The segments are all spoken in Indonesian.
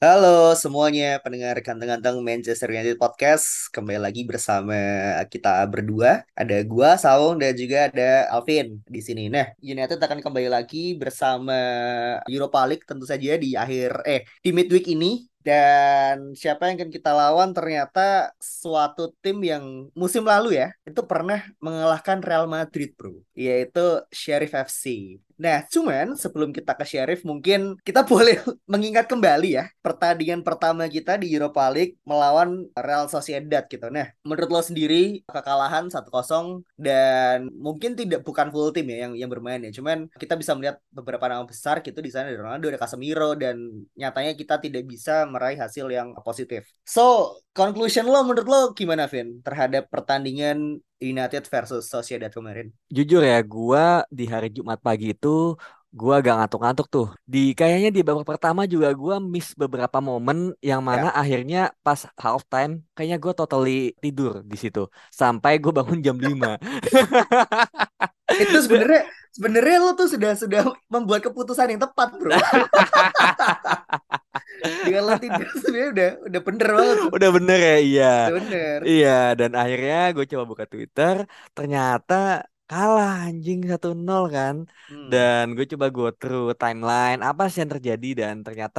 Halo semuanya pendengar ganteng-ganteng Manchester United Podcast. Kembali lagi bersama kita berdua. Ada gua, Saung, dan juga ada Alvin di sini. Nah, United akan kembali lagi bersama Europa League tentu saja di midweek ini. Dan siapa yang akan kita lawan ternyata suatu tim yang musim lalu ya, itu pernah mengalahkan Real Madrid, bro. Yaitu Sheriff FC. Nah, cuman sebelum kita ke Sheriff, mungkin kita boleh mengingat kembali ya pertandingan pertama kita di Europa League melawan Real Sociedad gitu. Nah, menurut lo sendiri kekalahan 1-0 dan mungkin bukan full tim ya yang bermain ya. Cuman kita bisa melihat beberapa nama besar gitu di sana, ada Ronaldo, ada Casemiro, dan nyatanya kita tidak bisa meraih hasil yang positif. So, conclusion lo menurut lo gimana, Vin, terhadap pertandingan United versus Sociedad kemarin? Jujur ya, gua di hari Jumat pagi itu gua agak ngantuk-ngantuk tuh. Kayaknya di babak pertama juga gua miss beberapa momen yang mana Ya, akhirnya pas half time kayaknya gua totally tidur di situ sampai gua bangun jam 5. itu sebenarnya sebenarnya lo tuh sudah membuat keputusan yang tepat, bro. Dengan lo tidur sebenarnya udah bener banget tuh. Udah bener ya, iya. Udah bener. Iya, dan akhirnya gue coba buka Twitter, ternyata kalah anjing 1-0 kan. Hmm. Dan gue coba go through timeline apa sih yang terjadi dan ternyata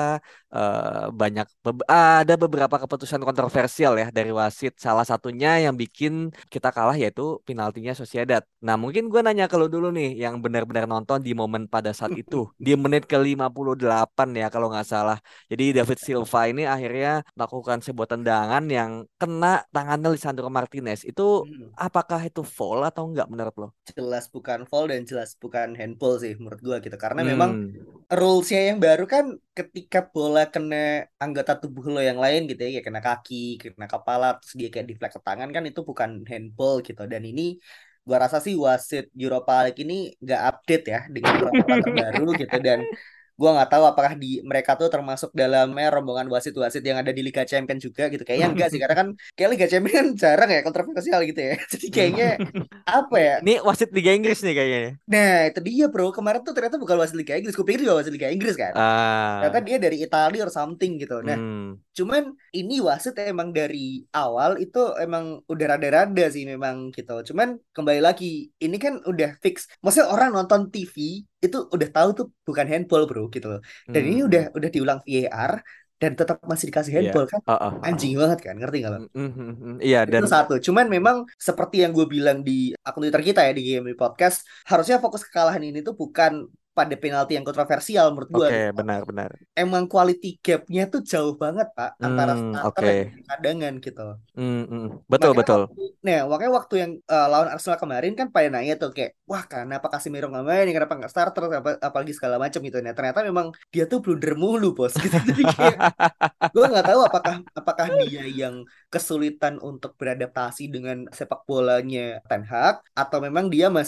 ada beberapa keputusan kontroversial ya dari wasit. Salah satunya yang bikin kita kalah yaitu penaltinya Sociedad. Nah, mungkin gue nanya ke lu dulu nih yang benar-benar nonton di momen pada saat itu. Di menit ke 58 ya kalau nggak salah. Jadi David Silva ini akhirnya melakukan sebuah tendangan yang kena tangannya Lisandro Martinez. Itu Hmm. apakah itu foul atau enggak menurut lo? Jelas bukan foul dan jelas bukan handball sih menurut gua gitu, karena memang Hmm. rulesnya yang baru kan ketika bola kena anggota tubuh lo yang lain gitu ya, kayak kena kaki, kena kepala, terus dia kayak deflect ke tangan, kan itu bukan handball gitu. Dan ini gua rasa sih wasit Europa League ini nggak update ya dengan peraturan terbaru gitu. Dan gua nggak tahu apakah mereka tuh termasuk dalamnya rombongan wasit-wasit yang ada di Liga Champions juga gitu. Kayaknya enggak sih, karena kan kayak Liga Champions kan jarang ya kontroversial gitu ya. Jadi kayaknya apa Ini, ya. ini wasit Liga Inggris nih kayaknya. Nah, itu dia, bro. Kemarin tuh ternyata bukan wasit Liga Inggris. Gue pikir juga wasit Liga Inggris kan. Ternyata Ah, dia dari Italia or something gitu. Nah, hmm. cuman ini wasit emang dari awal itu emang udah rada-rada sih memang gitu. Cuman kembali lagi, ini kan udah fix. Maksudnya orang nonton TV itu udah tahu tuh bukan handball, bro, gitu loh. Dan ini udah Hmm. diulang VAR dan tetap masih dikasih Iya. handball kan. Oh, oh, oh. Anjing banget kan, ngerti nggak lo? Iya Itu dan satu. Cuman memang seperti yang gue bilang di akun Twitter kita ya di GMB Podcast, harusnya fokus kekalahan ini tuh bukan pada penalti yang kontroversial menurut gue oke gitu. Tapi benar-benar. emang quality gap-nya tuh jauh banget, Pak, antara starter Oke. dan cadangan gitu. Betul Makanya betul. waktu yang lawan Arsenal kemarin kan pada nanya tuh kayak, wah kenapa Casemiro nggak main, kenapa nggak starter, apalagi segala macam gitu. Nah ternyata memang dia tuh blunder mulu, bos, gitu. Jadi kayak gue nggak tahu apakah apakah dia yang kesulitan untuk beradaptasi dengan sepak bolanya Ten Hag, atau memang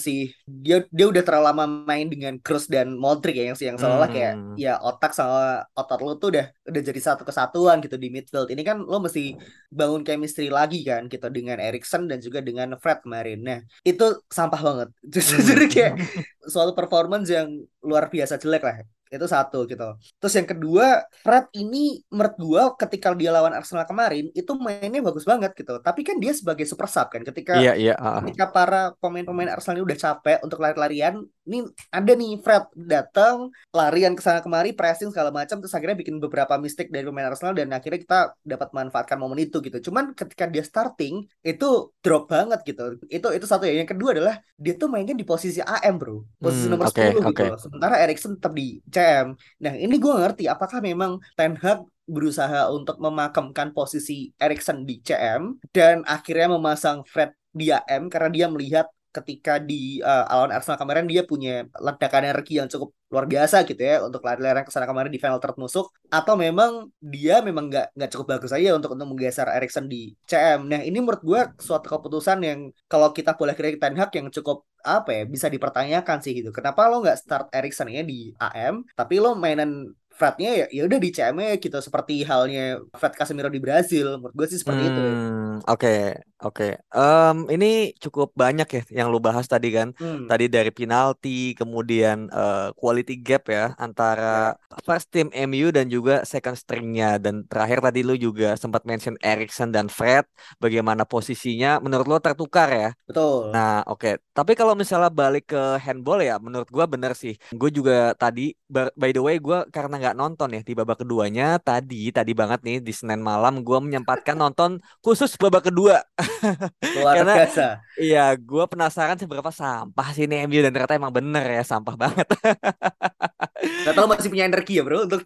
dia udah terlalu lama main dengan Kroos dan Modric ya, yang seolah kayak Hmm. ya otak sama otot lo tuh udah jadi satu kesatuan gitu di midfield. Ini kan lo mesti bangun chemistry lagi kan gitu dengan Erikson dan juga dengan Fred kemarin. Nah, itu sampah banget. Hmm. Jadi kayak suatu performance yang luar biasa jelek lah. Itu satu gitu. Terus yang kedua, Fred ini menurut gua ketika dia lawan Arsenal kemarin itu mainnya bagus banget gitu. Tapi kan dia sebagai super sub kan, ketika Iya iya. ketika para pemain-pemain Arsenal ini udah capek untuk lari-larian, ini ada nih Fred datang larian ke sana kemari, pressing segala macam, terus akhirnya bikin beberapa mistake dari pemain Arsenal dan akhirnya kita dapat manfaatkan momen itu gitu. Cuman ketika dia starting itu drop banget gitu. Itu satu ya. Yang kedua adalah dia tuh mainnya di posisi AM, bro, posisi nomor Oke 10 gitu oke. loh. Sementara Erikson tetap di CM. Nah, ini gue ngerti apakah memang Ten Hag berusaha untuk memakamkan posisi Erikson di CM dan akhirnya memasang Fred di AM karena dia melihat ketika di lawan Arsenal kemarin dia punya ledakan energi yang cukup luar biasa gitu ya untuk lari-lari ke sana kemarin di final third nusuk, atau memang dia memang nggak cukup bagus aja untuk menggeser Erikson di CM. Nah, ini menurut gue suatu keputusan yang kalau kita boleh kritik Ten Hag yang cukup apa ya, bisa dipertanyakan sih gitu. Kenapa lo nggak start Erikson ya di AM tapi lo mainan Frednya ya udah di CM gitu, seperti halnya Fred Casemiro di Brazil. Menurut gue sih seperti itu. Oke. Oke, ini cukup banyak ya yang lu bahas tadi kan. Hmm, Tadi dari penalti, kemudian quality gap ya antara ya, first team MU dan juga second stringnya. Dan terakhir tadi lu juga sempat mention Erikson dan Fred, bagaimana posisinya menurut lo tertukar ya. betul. Nah, oke. Tapi kalau misalnya balik ke handball ya, menurut gua bener sih. Gue juga tadi, by the way, gue karena nggak nonton ya di babak keduanya, tadi banget nih di Senin malam, gue menyempatkan nonton khusus babak kedua. Luar Karena biasa. iya, gue penasaran seberapa sampah sih ini MU dan ternyata emang bener ya, sampah banget. Gak tahu masih punya energi ya bro untuk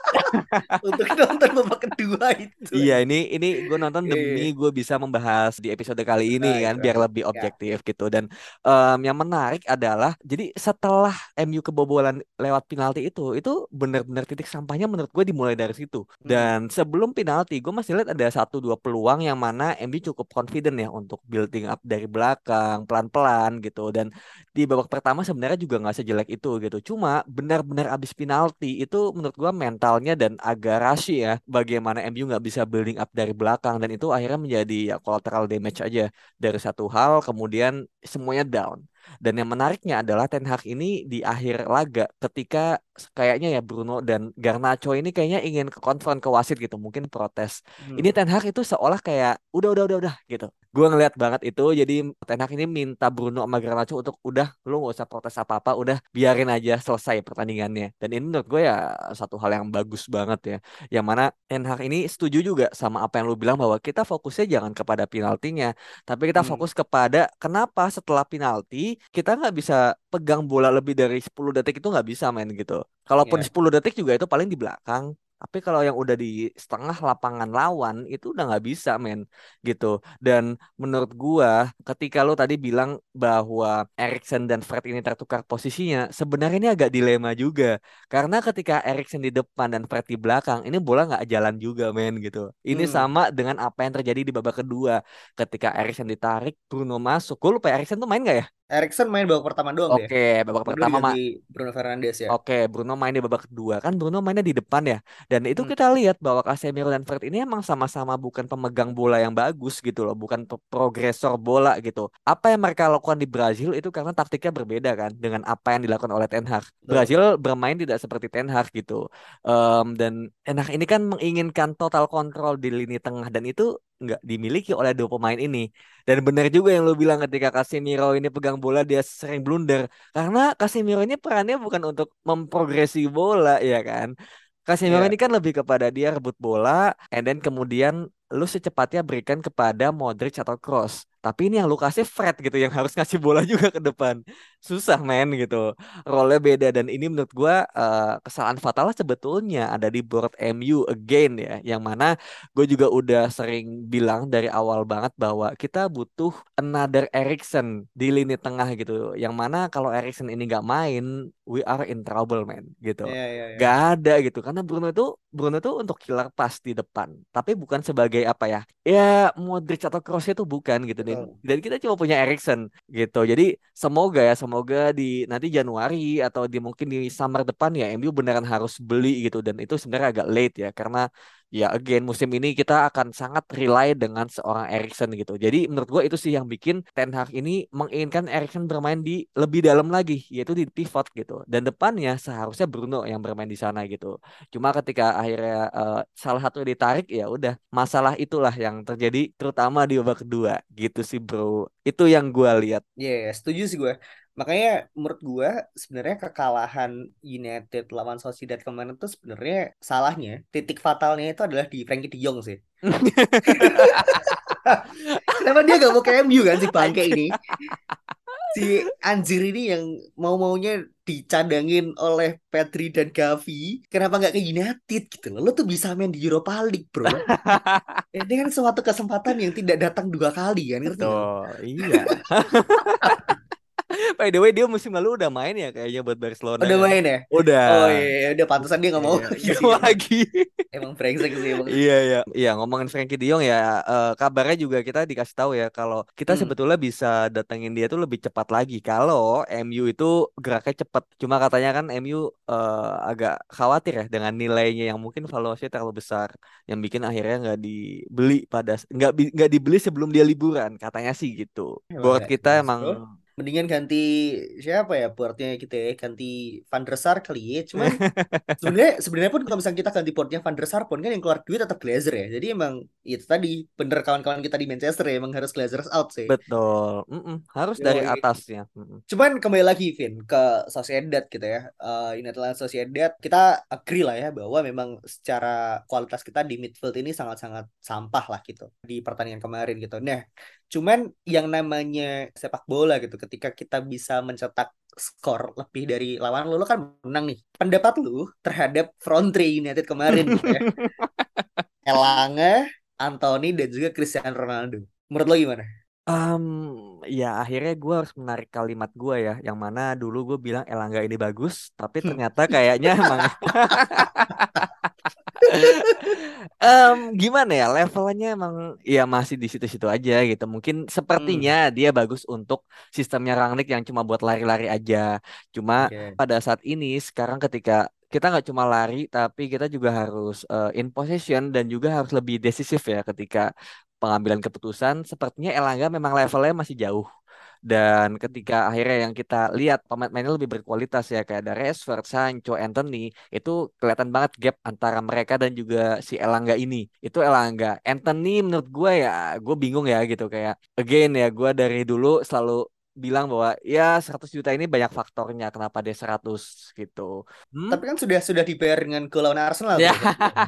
untuk nonton babak kedua itu. Iya, ini gue nonton demi Iya, gue bisa membahas di episode kali ini baik, kan, biar baik. lebih Ya. objektif gitu. Dan yang menarik adalah, jadi setelah MU kebobolan lewat penalti itu benar-benar titik sampahnya menurut gue dimulai dari situ. Hmm, Dan sebelum penalti, gue masih lihat ada satu dua peluang yang mana MU cukup confident ya untuk building up dari belakang, pelan-pelan gitu. Dan di babak pertama sebenarnya juga nggak sejelek itu gitu. Cuma benar-benar abis penalti itu menurut gua mentalnya dan agak rashi ya. Bagaimana MU nggak bisa building up dari belakang dan itu akhirnya menjadi ya collateral damage aja dari satu hal. Kemudian semuanya down. Dan yang menariknya adalah Ten Hag ini di akhir laga ketika kayaknya ya Bruno dan Garnacho ini kayaknya ingin ke konfront ke wasit gitu, mungkin protes. Ini hmm, Ten Hag itu seolah kayak udah gitu. Gue ngeliat banget itu, jadi Ten Hag ini minta Bruno sama Garnacho untuk udah lu nggak usah protes apa-apa, udah biarin aja selesai pertandingannya. Dan ini menurut gue ya satu hal yang bagus banget ya. Yang mana Ten Hag ini setuju juga sama apa yang lu bilang bahwa kita fokusnya jangan kepada penaltinya, tapi kita hmm. fokus kepada kenapa setelah penalti kita nggak bisa pegang bola lebih dari 10 detik itu nggak bisa main gitu. Kalaupun Ya. 10 detik juga itu paling di belakang. Tapi kalau yang udah di setengah lapangan lawan itu udah nggak bisa men gitu. Dan menurut gua ketika lo tadi bilang bahwa Erikson dan Fred ini tertukar posisinya, sebenarnya ini agak dilema juga. Karena ketika Erikson di depan dan Fred di belakang, ini bola nggak jalan juga men gitu. Ini Hmm. sama dengan apa yang terjadi di babak kedua. Ketika Erikson ditarik, Bruno masuk. Gue lupa Erikson tuh main nggak ya? Erikson main babak pertama doang deh. Oke, babak Babak kedua pertama diganti Bruno Fernandes ya. Oke, Bruno main di babak kedua kan Bruno mainnya di depan ya. Dan itu Hmm. kita lihat bahwa Casemiro dan Fred ini emang sama-sama bukan pemegang bola yang bagus gitu loh, bukan progresor bola gitu. Apa yang mereka lakukan di Brazil itu karena taktiknya berbeda kan dengan apa yang dilakukan oleh Ten Hag. Betul. Brazil bermain tidak seperti Ten Hag gitu. Dan Ten Hag ini kan menginginkan total kontrol di lini tengah dan itu nggak dimiliki oleh dua pemain ini. Dan benar juga yang lu bilang ketika Casemiro ini pegang bola dia sering blunder. Karena Casemiro ini perannya bukan untuk memprogresi bola ya kan. Casemiro Ya. ini kan lebih kepada dia rebut bola and then kemudian lu secepatnya berikan kepada Modric atau Cross. Tapi ini yang lu kasih Fred gitu yang harus ngasih bola juga ke depan. Susah men gitu. Role-nya beda dan ini menurut gua kesalahan fatal sebetulnya ada di board MU again ya. Yang mana gue juga udah sering bilang dari awal banget bahwa kita butuh another Erikson di lini tengah gitu. Yang mana kalau Erikson ini nggak main, we are in trouble man gitu. Ya, ya, Gak ya. ada gitu karena Bruno itu untuk killer pass di depan, tapi bukan sebagai apa ya? Ya Modric atau Kroos itu bukan gitu Betul. dan kita cuma punya Erikson gitu. Jadi semoga di nanti Januari atau di mungkin di summer depan ya MU beneran harus beli gitu dan itu sebenarnya agak late ya karena ya again musim ini kita akan sangat rely dengan seorang Erikson gitu. Jadi menurut gua itu sih yang bikin Ten Hag ini menginginkan Erikson bermain di lebih dalam lagi yaitu di pivot gitu. Dan depannya seharusnya Bruno yang bermain di sana gitu. Cuma ketika akhirnya salah satu ditarik ya udah masalah itulah yang terjadi terutama di babak kedua gitu sih bro. Itu yang gua lihat. Iya, yeah, setuju sih gue. Makanya menurut gue sebenarnya kekalahan United lawan Sociedad kemarin tuh sebenarnya salahnya titik fatalnya itu adalah di Frankie De Jong sih. Kenapa dia gak mau ke MU kan si bangke Anjir. ini? Si anjir ini yang mau-maunya dicadangin oleh Pedri dan Gavi. Kenapa nggak ke United gitu loh? Lo tuh bisa main di Europa League, bro. Ini kan suatu kesempatan yang tidak datang dua kali kan, ngerti nggak lo? Betul, iya. By the way dia musim lalu udah main ya kayaknya buat Barcelona Udah kan. main ya? Udah. Oh iya, iya, udah pantesan dia nggak mau Iya, lagi nggak sih mau emang. lagi. Emang brengsek sih emang. Iya iya iya ngomongin Frankie De Jong ya kabarnya juga kita dikasih tahu ya kalau kita Hmm. sebetulnya bisa datengin dia tuh lebih cepat lagi kalau MU itu geraknya cepat. Cuma katanya kan MU agak khawatir ya dengan nilainya yang mungkin valuasinya terlalu besar yang bikin akhirnya nggak dibeli sebelum dia liburan katanya sih gitu. Emang Board nggak kita jelas emang bro. Mendingan ganti siapa ya portnya kita ya? Ganti Van der Sar kali ya. Cuman sebenarnya pun kalau misalnya kita ganti portnya Van der Sar pun kan yang keluar duit tetap Glazer ya. Jadi emang itu tadi bener kawan-kawan kita di Manchester ya emang harus Glazer out sih. betul. Mm-mm, harus dari Yoi. atasnya. Mm-mm. Cuman kembali lagi Vin ke Sociedad gitu ya. Ini adalah Sociedad kita agree lah ya bahwa memang secara kualitas kita di midfield ini sangat-sangat sampah lah gitu di pertandingan kemarin gitu. Nah, cuman yang namanya sepak bola gitu ketika kita bisa mencetak skor lebih dari lawan lu kan menang nih. Pendapat lu terhadap front three United kemarin gitu ya. Elanga, Anthony dan juga Cristiano Ronaldo. Menurut lo gimana? Em, ya akhirnya gue harus menarik kalimat gue ya, yang mana dulu gue bilang Elangga ini bagus, tapi ternyata kayaknya emang gimana ya levelnya emang ya masih di situ-situ aja gitu. Mungkin sepertinya Hmm, dia bagus untuk sistemnya Rangnick yang cuma buat lari-lari aja. Cuma oke. pada saat ini sekarang ketika kita nggak cuma lari, tapi kita juga harus in possession dan juga harus lebih decisif ya ketika pengambilan keputusan. Sepertinya Elangga memang levelnya masih jauh. Dan ketika akhirnya yang kita lihat pemain-pemainnya lebih berkualitas ya kayak ada Rashford, Sancho, Anthony itu kelihatan banget gap antara mereka dan juga si Elangga ini. Itu Elangga. Anthony menurut gue ya gue bingung ya gitu kayak again ya gue dari dulu selalu bilang bahwa ya 100 juta ini banyak faktornya kenapa dia 100 gitu. Hmm? Tapi kan sudah dibayar dengan gol lawan Arsenal Ya, bro kemarin.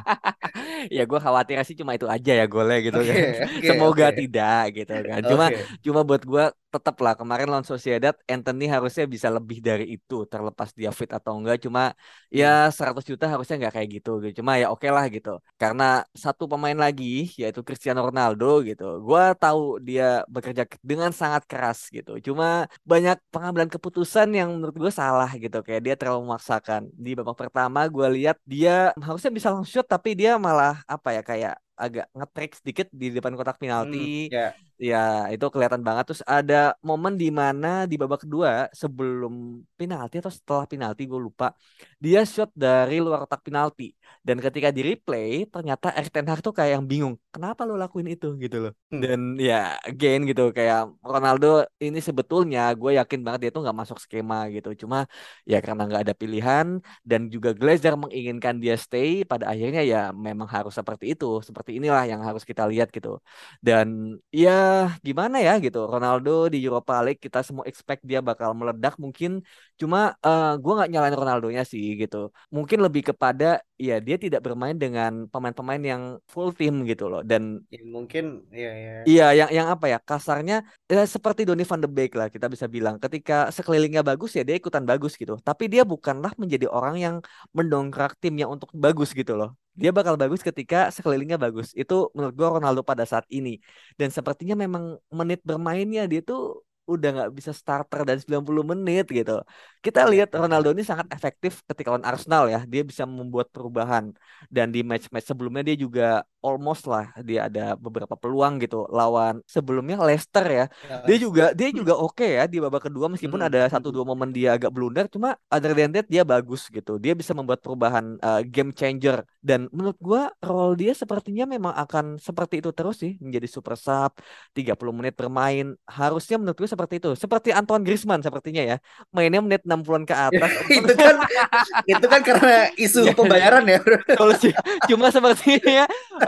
ya gue khawatir sih cuma itu aja ya golnya gitu Oke, kan. oke, Semoga oke, tidak gitu kan. Cuma oke. cuma buat gue tetap lah kemarin lawan Sociedad Anthony harusnya bisa lebih dari itu terlepas dia fit atau enggak. Cuma ya Hmm. 100 juta harusnya nggak kayak gitu, gitu. Cuma ya oke lah gitu. Karena satu pemain lagi yaitu Cristiano Ronaldo gitu. Gue tahu dia bekerja dengan sangat keras gitu. Cuma banyak pengambilan keputusan yang menurut gue salah gitu. Kayak dia terlalu memaksakan. Di babak pertama gue lihat dia harusnya bisa langsung shoot tapi dia malah apa ya kayak agak nge-track sedikit di depan kotak penalti. Ya. Ya, itu kelihatan banget. Terus ada momen di mana di babak kedua sebelum penalti atau setelah penalti gue lupa. Dia shot dari luar kotak penalti. Dan ketika di replay ternyata Erik ten Hag tuh kayak yang bingung. Kenapa lo lakuin itu gitu loh. Hmm. Dan ya again gitu kayak Ronaldo ini sebetulnya gue yakin banget dia tuh nggak masuk skema gitu. Cuma ya karena nggak ada pilihan dan juga Glazer menginginkan dia stay pada akhirnya ya memang harus seperti itu. Seperti inilah yang harus kita lihat gitu. Dan ya gimana ya gitu Ronaldo di Europa League kita semua expect dia bakal meledak mungkin cuma gue nggak nyalain Ronaldonya sih gitu mungkin lebih kepada ya dia tidak bermain dengan pemain-pemain yang full team gitu loh dan Ya, mungkin ya ya. iya yang apa ya kasarnya seperti Donny van de Beek lah kita bisa bilang ketika sekelilingnya bagus ya dia ikutan bagus gitu tapi dia bukanlah menjadi orang yang mendongkrak timnya untuk bagus gitu loh dia bakal bagus ketika sekelilingnya bagus itu menurut gua Ronaldo pada saat ini dan sepertinya memang menit bermainnya dia tuh udah nggak bisa starter dan 90 menit gitu. Kita Ya, lihat Ronaldo ini sangat efektif ketika lawan Arsenal ya. Dia bisa membuat perubahan dan di match-match sebelumnya dia juga almost lah dia ada beberapa peluang gitu lawan sebelumnya Leicester ya. ya, Dia Leicester. dia juga oke ya di babak kedua meskipun ada satu dua momen dia agak blunder cuma other than that dia bagus gitu. Dia bisa membuat perubahan game changer dan menurut gua role dia sepertinya memang akan seperti itu terus sih menjadi super sub 30 menit bermain. Harusnya menurut gue seperti itu. Seperti Antoine Griezmann sepertinya ya. Mainnya menit 60-an ke atas untuk Itu kan itu kan karena isu ya, pembayaran ya bro. betul sih. Cuma sepertinya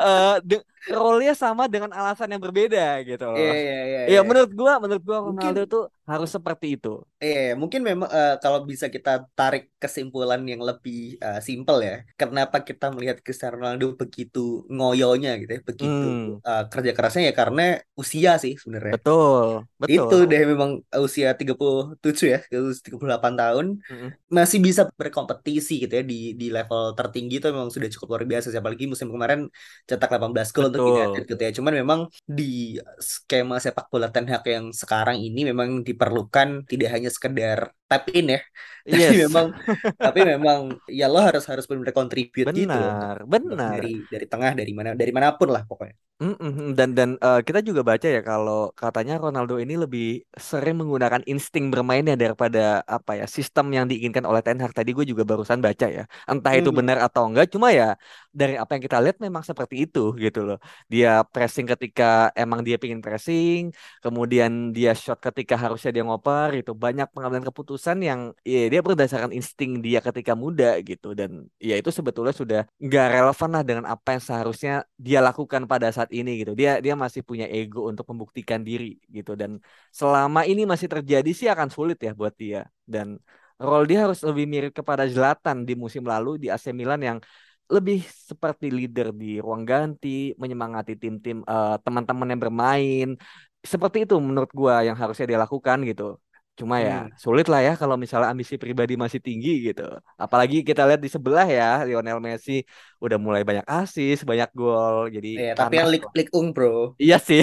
role-nya sama dengan alasan yang berbeda gitu Iya loh. iya iya Ya iya. menurut gua Mungkin Ronaldo tuh harus seperti itu. mungkin memang kalau bisa kita tarik kesimpulan yang lebih simpel ya, kenapa kita melihat Cristiano Ronaldo begitu ngoyonya gitu ya, begitu Hmm, kerja kerasnya ya karena usia sih sebenarnya. betul, Itu betul. deh memang usia 37 ya, 38 tahun Mm-mm. masih bisa berkompetisi gitu ya di level tertinggi itu memang sudah cukup luar biasa sih. Apalagi musim kemarin cetak 18 gol untuk United Betul. gitu ya. Cuman memang di skema sepak bola Ten Hag yang sekarang ini memang diperlukan tidak hanya sekedar tap in ya, tapi Yes, memang tapi memang ya lo harus harus benar-benar contribute gitu loh benar, untuk benar. dari tengah dari manapun lah pokoknya. Dan kita juga baca ya kalau katanya Ronaldo ini lebih sering menggunakan insting bermainnya daripada apa ya sistem yang diinginkan oleh Ten Hag. Tadi gue juga barusan baca ya. Entah itu Hmm. benar atau enggak, cuma ya dari apa yang kita lihat memang seperti itu gitu loh. Dia pressing ketika emang dia pingin pressing, kemudian dia shot ketika harusnya dia ngoper itu banyak pengambilan keputusan yang ya dia berdasarkan insting dia ketika muda gitu dan ya itu sebetulnya sudah nggak relevan lah dengan apa yang seharusnya dia lakukan pada saat ini gitu. Dia dia masih punya ego untuk membuktikan diri gitu dan selama ini masih terjadi sih akan sulit ya buat dia dan role dia harus lebih mirip kepada Zlatan di musim lalu di AC Milan yang lebih seperti leader di ruang ganti, menyemangati tim-tim teman-teman yang bermain. Seperti itu menurut gua yang harusnya dia lakukan gitu. Cuma ya Hmm. sulit lah ya kalau misalnya ambisi pribadi masih tinggi gitu. Apalagi kita lihat di sebelah ya Lionel Messi udah mulai banyak assist, banyak gol, jadi Ya, tapi yang panas Lik tuh. Lik Ung bro. Iya sih.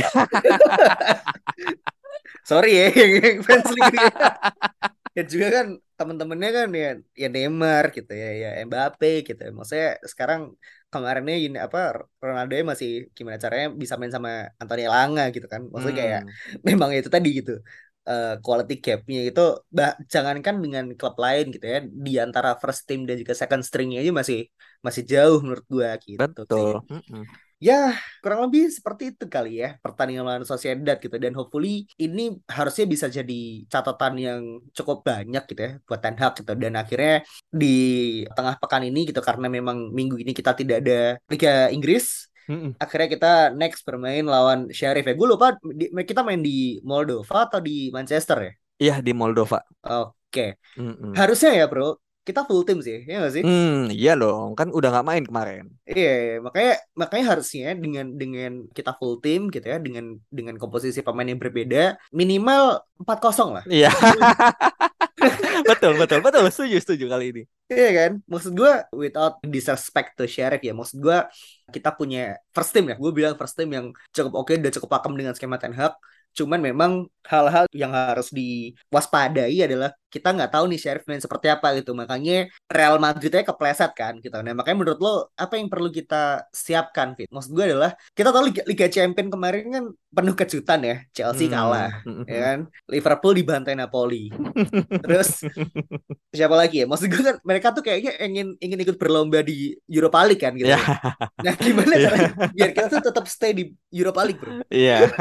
Sorry ya, yang fans Lik Ung ya. Ya juga kan temen-temennya kan ya Neymar gitu ya Mbappe gitu ya. Maksudnya sekarang kemarinnya ini apa Ronaldo masih gimana caranya bisa main sama Anthony Elanga gitu kan. Maksudnya kayak Hmm, memang itu tadi gitu. Quality gapnya itu jangankan dengan klub lain gitu ya di antara first team dan juga second stringnya aja masih masih jauh menurut gua gitu sih. betul. Mm-mm. Ya, kurang lebih seperti itu kali ya pertandingan lawan Sociedad gitu dan hopefully ini harusnya bisa jadi catatan yang cukup banyak gitu ya buat Ten Hag gitu dan akhirnya di tengah pekan ini gitu karena memang minggu ini kita tidak ada Liga Inggris Mm-mm. akhirnya kita next bermain lawan Sheriff ya gue lupa kita main di Moldova atau di Manchester ya. Iya di Moldova. Oke, Mm-mm. harusnya ya bro kita full tim sih ya nggak sih. Iya dong, kan udah nggak main kemarin. Iya, makanya makanya harusnya dengan kita full team gitu ya, dengan komposisi pemain yang berbeda, minimal 4-0 lah. Iya, betul, betul, betul. Setuju, setuju kali ini. Iya kan? Maksud gue without disrespect to Sheriff ya, maksud gue kita punya first team ya. Gue bilang first team yang cukup oke dan cukup pakem dengan skema Ten Hag. Cuman memang hal-hal yang harus diwaspadai adalah kita nggak tahu nih Sheriff main seperti apa gitu. Makanya Real Madridnya kepleset kan gitu. Nah makanya menurut lo apa yang perlu kita siapkan Fit? Maksud gue adalah kita tahu Liga Champion kemarin kan penuh kejutan ya. Chelsea kalah, ya Mm-mm. kan? Liverpool dibantai Napoli. Terus siapa lagi ya? Maksud gue kan mereka tuh kayaknya ingin ingin ikut berlomba di Europa League kan gitu Ya, ya. Nah, gimana iya, caranya biar kita tuh tetap stay di Europa League, Bro? iya.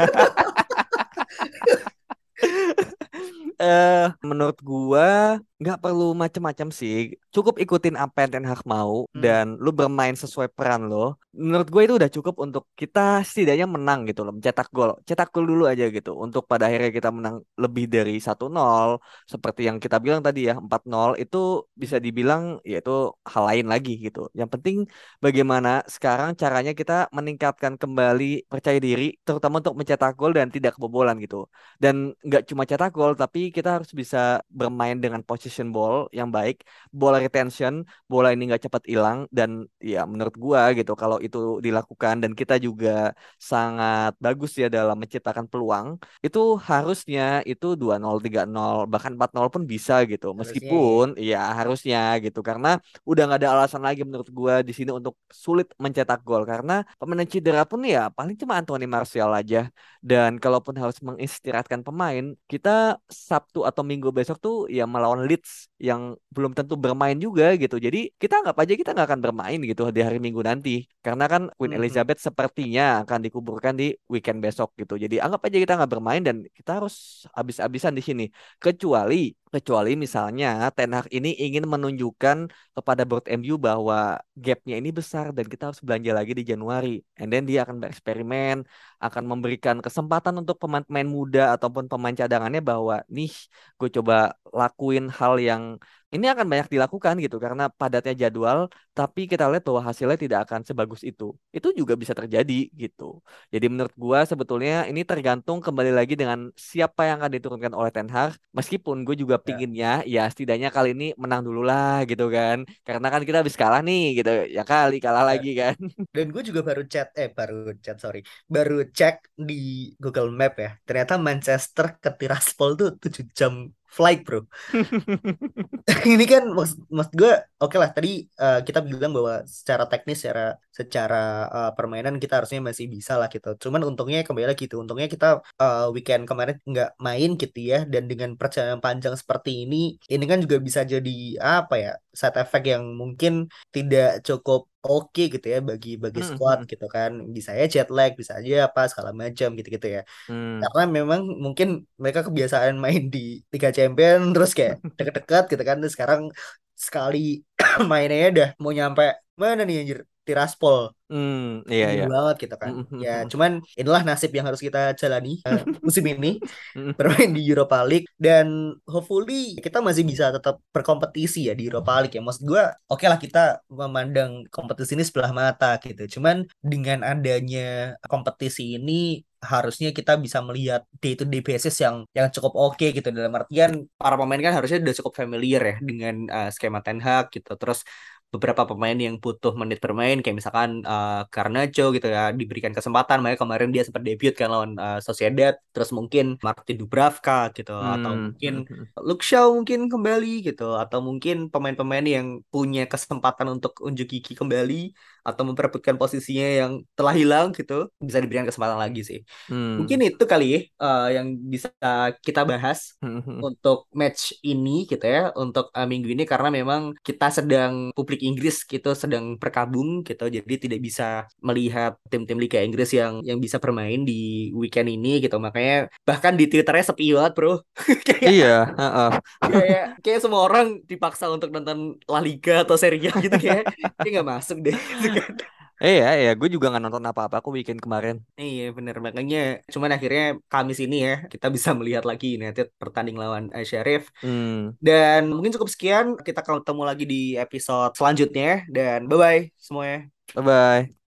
Menurut gua nggak perlu macem-macem sih. Cukup ikutin apa yang Ten Hag mau Hmm. dan lu bermain sesuai peran lo. Menurut gue itu udah cukup untuk kita setidaknya menang gitu loh, mencetak gol. Cetak gol dulu aja gitu untuk pada akhirnya kita menang lebih dari 1-0 seperti yang kita bilang tadi ya 4-0 itu bisa dibilang ya itu hal lain lagi gitu. Yang penting bagaimana sekarang caranya kita meningkatkan kembali percaya diri terutama untuk mencetak gol dan tidak kebobolan gitu. Dan nggak cuma cetak gol, tapi kita harus bisa bermain dengan position ball yang baik, bola retention, bola ini nggak cepat hilang. Dan ya menurut gua gitu, kalau itu dilakukan dan kita juga sangat bagus ya dalam menciptakan peluang, itu harusnya itu 2-0, 3-0, bahkan 4-0 pun bisa gitu. Harusnya ya. Meskipun ya harusnya gitu, karena udah nggak ada alasan lagi menurut gua di sini untuk sulit mencetak gol karena pemain yang cedera pun ya paling cuma Anthony Martial aja. Dan kalaupun harus mengistirahatkan pemain, kita Sabtu atau Minggu besok tuh ya melawan Leeds yang belum tentu bermain juga gitu. Jadi kita anggap aja kita nggak akan bermain gitu di hari Minggu nanti. Karena kan Queen Mhm. Elizabeth sepertinya akan dikuburkan di weekend besok gitu. Jadi anggap aja kita nggak bermain dan kita harus habis-habisan di sini. Kecuali kecuali misalnya Ten Hag ini ingin menunjukkan kepada board MU bahwa gapnya ini besar dan kita harus belanja lagi di Januari. And then dia akan bereksperimen akan memberikan kesempatan untuk pemain-pemain muda ataupun pemain cadangannya bahwa nih gue coba lakuin hal yang ini akan banyak dilakukan gitu karena padatnya jadwal, tapi kita lihat bahwa hasilnya tidak akan sebagus itu. Itu juga bisa terjadi gitu. Jadi menurut gua sebetulnya ini tergantung kembali lagi dengan siapa yang akan diturunkan oleh Ten Hag. Meskipun gue juga Ya. pinginnya ya setidaknya kali ini menang dulu lah gitu kan. Karena kan kita habis kalah nih gitu. Ya kali kalah Ya. lagi kan. Dan gue juga sorry, baru cek di Google Map ya. Ternyata Manchester ke Tiraspol tuh 7 jam flight, bro. Ini kan maksud gue oke lah tadi kita bilang bahwa secara teknis secara permainan kita harusnya masih bisa lah gitu. Cuman untungnya kembali lagi gitu. Untungnya kita weekend kemarin nggak main gitu ya dan dengan perjalanan panjang seperti ini kan juga bisa jadi apa ya? Side effect yang mungkin tidak cukup oke gitu ya bagi bagi squad gitu kan. Bisa ya jet lag, bisa aja apa segala macam gitu-gitu ya. Hmm. Karena memang mungkin mereka kebiasaan main di Liga Champion terus kayak deket-deket gitu kan terus sekarang sekali mainnya udah mau nyampe mana nih anjir Tiraspol Iya jauh iya. banget gitu kan ya cuman inilah nasib yang harus kita jalani musim ini bermain di Europa League dan hopefully kita masih bisa tetap berkompetisi ya di Europa League ya maksud gue oke lah kita memandang kompetisi ini sebelah mata gitu cuman dengan adanya kompetisi ini harusnya kita bisa melihat day to day basis yang cukup oke gitu dalam artian para pemain kan harusnya udah cukup familiar ya dengan skema Ten Hag gitu terus beberapa pemain yang butuh menit bermain kayak misalkan Garnacho gitu ya diberikan kesempatan makanya kemarin dia sempat debut kan lawan Sociedad terus mungkin Martin Dubravka gitu atau mungkin Luke Shaw mungkin kembali gitu atau mungkin pemain-pemain yang punya kesempatan untuk unjuk gigi kembali atau memperebutkan posisinya yang telah hilang gitu bisa diberikan kesempatan lagi sih. Mungkin Hmm. itu kali ya yang bisa kita bahas untuk match ini gitu ya untuk minggu ini karena memang kita sedang publik Inggris gitu sedang berkabung gitu jadi tidak bisa melihat tim-tim Liga Inggris yang bisa bermain di weekend ini gitu makanya bahkan di Twitternya sepi banget bro kayak Iya, heeh. kayak semua orang dipaksa untuk nonton La Liga atau Serie A gitu kayak nggak masuk deh gitu kan. Iya, gue juga nggak nonton apa-apa. Aku weekend kemarin. Iya bener makanya cuman akhirnya Kamis ini ya kita bisa melihat lagi United bertanding lawan Sheriff Hmm, dan mungkin cukup sekian kita ketemu lagi di episode selanjutnya dan bye bye semuanya. bye bye.